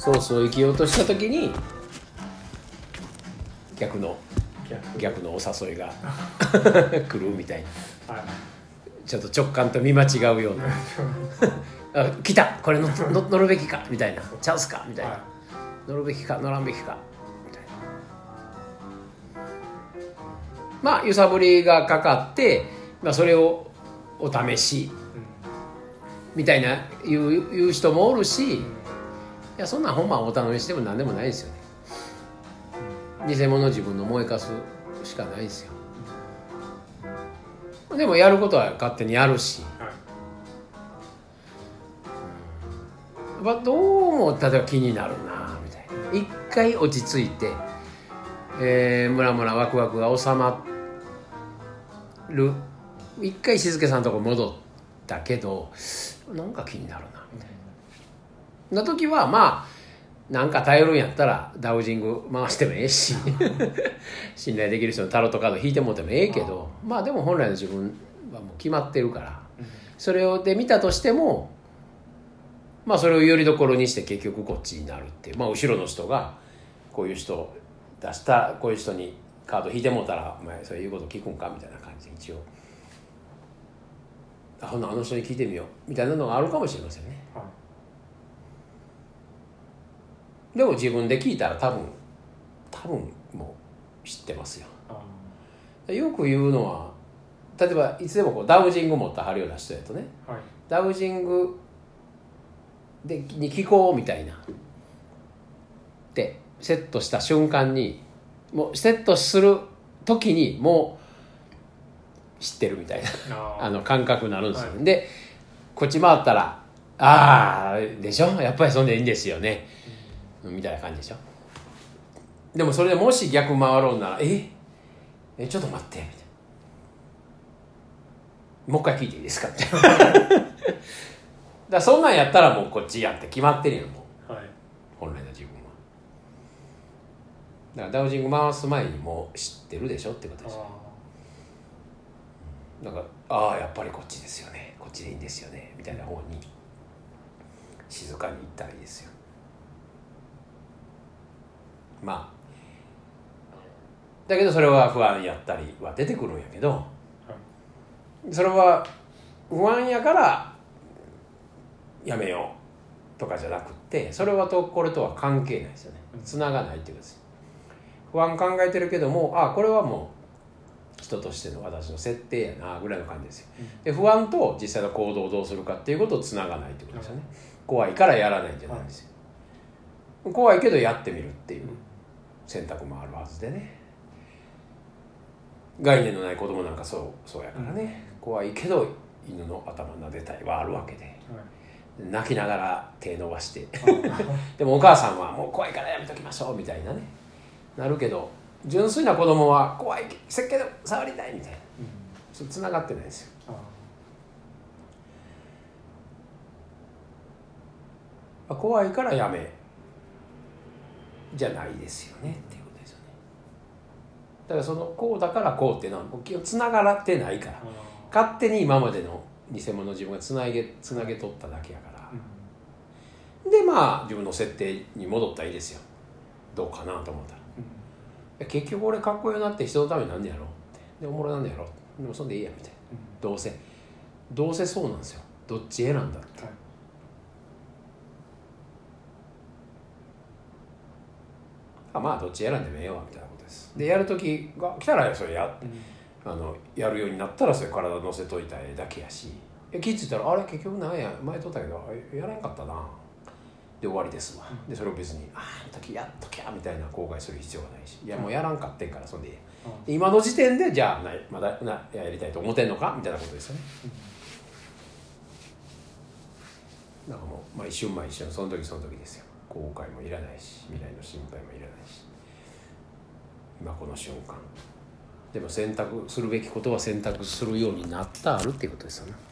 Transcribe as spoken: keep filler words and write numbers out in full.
ソースを生きようとした時に逆の逆, 逆のお誘いが来るみたいな、はい、ちょっと直感と見間違うようなあ来たこれ 乗, 乗, 乗るべきかみたいなチャンスかみたいな、はい、乗るべきか乗らんべきかみたいな、まあ揺さぶりがかかって、まあ、それをお試し、うん、みたいな言 う, 言う人もおるし、いやそんなほんまお試しでも何でもないですよね。偽物自分の燃えかすしかないですよ。でもやることは勝手にやるし、はい、どうも例えば気になるなみたいな、一回落ち着いて、えー、ムラムラワクワクが収まる、一回静けさんのとこ戻ったけどなんか気になるなみたいなな時はまあなんか頼るんやったらダウジング回してもええし信頼できる人のタロットカード引いてもらってもええけど、まあでも本来の自分はもう決まってるから、それをで見たとしてもまあそれをよりどころにして結局こっちになるっていう、まあ後ろの人がこういう人を出した、こういう人にカード引いてもらったらお前そういうこと聞くんかみたいな感じで一応あほなあの人に聞いてみようみたいなのがあるかもしれませんね。はい、でも自分で聞いたら多分多分もう知ってますよ。よく言うのは例えばいつでもこうダウジング持ったはるような人やとね、はい、ダウジングでに聞こうみたいなでセットした瞬間にもうセットする時にもう知ってるみたいなあの感覚になるんですよ、はい、でこっち回ったらああでしょやっぱりそんでいいんですよね、うん、みたいな感じでしょ。でもそれでもし逆回ろうならええちょっと待ってみたいな、もう一回聞いていいですかみたいなだからそんなんやったらもうこっちやって決まってるよもう、はい、本来の自分は。だからダウジング回す前にもう知ってるでしょってことですよ。なんかああやっぱりこっちですよねこっちでいいんですよねみたいな方に静かに行ったらいいですよ。まあだけどそれは不安やったりは出てくるんやけど、はい、それは不安やからやめようとかじゃなくってそれはとこれとは関係ないですよね。つながないっていうことです。不安考えてるけどもあこれはもう人としての私の設定やなぐらいの感じですよ。で不安と実際の行動をどうするかっていうことをつながないってことですよね。怖いからやらないんじゃないんですよ。怖いけどやってみるっていう選択もあるはずでね。概念のない子供なんかそうそうやからね、うん、怖いけど犬の頭撫でたいはあるわけで、うん、泣きながら手伸ばしてでもお母さんはもう怖いからやめときましょうみたいなねなるけど純粋な子供は怖いせっけど触りたいみたいな、うん、それ繋がってないですよ。怖いからやめじゃないですよねっていうことですよね。だからそのこうだからこうっていうのはつながってないから、勝手に今までの偽物の自分がつなげつなげとっただけやから、うん、でまあ自分の設定に戻ったらいいですよ。どうかなと思ったら、うん、結局俺かっこよくなって人のためになんねやろってでおもろなんねやろでもそんでいいやみたいな、うん、どうせどうせそうなんですよ。どっち選んだって、はい、あまあどっち選んでもええわみたいなことです。でやる時が来たらそれや、うん、あのやるようになったらそれ体乗せといたらええだけやし、気ぃついたらあれ結局なんや前とったけどやらんかったなで終わりですわ、うん、でそれを別にああの時やっときゃみたいな後悔する必要がないし、いやもうやらんかってんからそんでいい、うん、で今の時点でじゃあなまだなやりたいと思ってんのかみたいなことですよね、うん、だからもう、まあ、一瞬まあ一瞬その時その時ですよ。後悔もいらないし未来の心配もいらないし今この瞬間でも選択するべきことは選択するようになったあるっていうことですよね。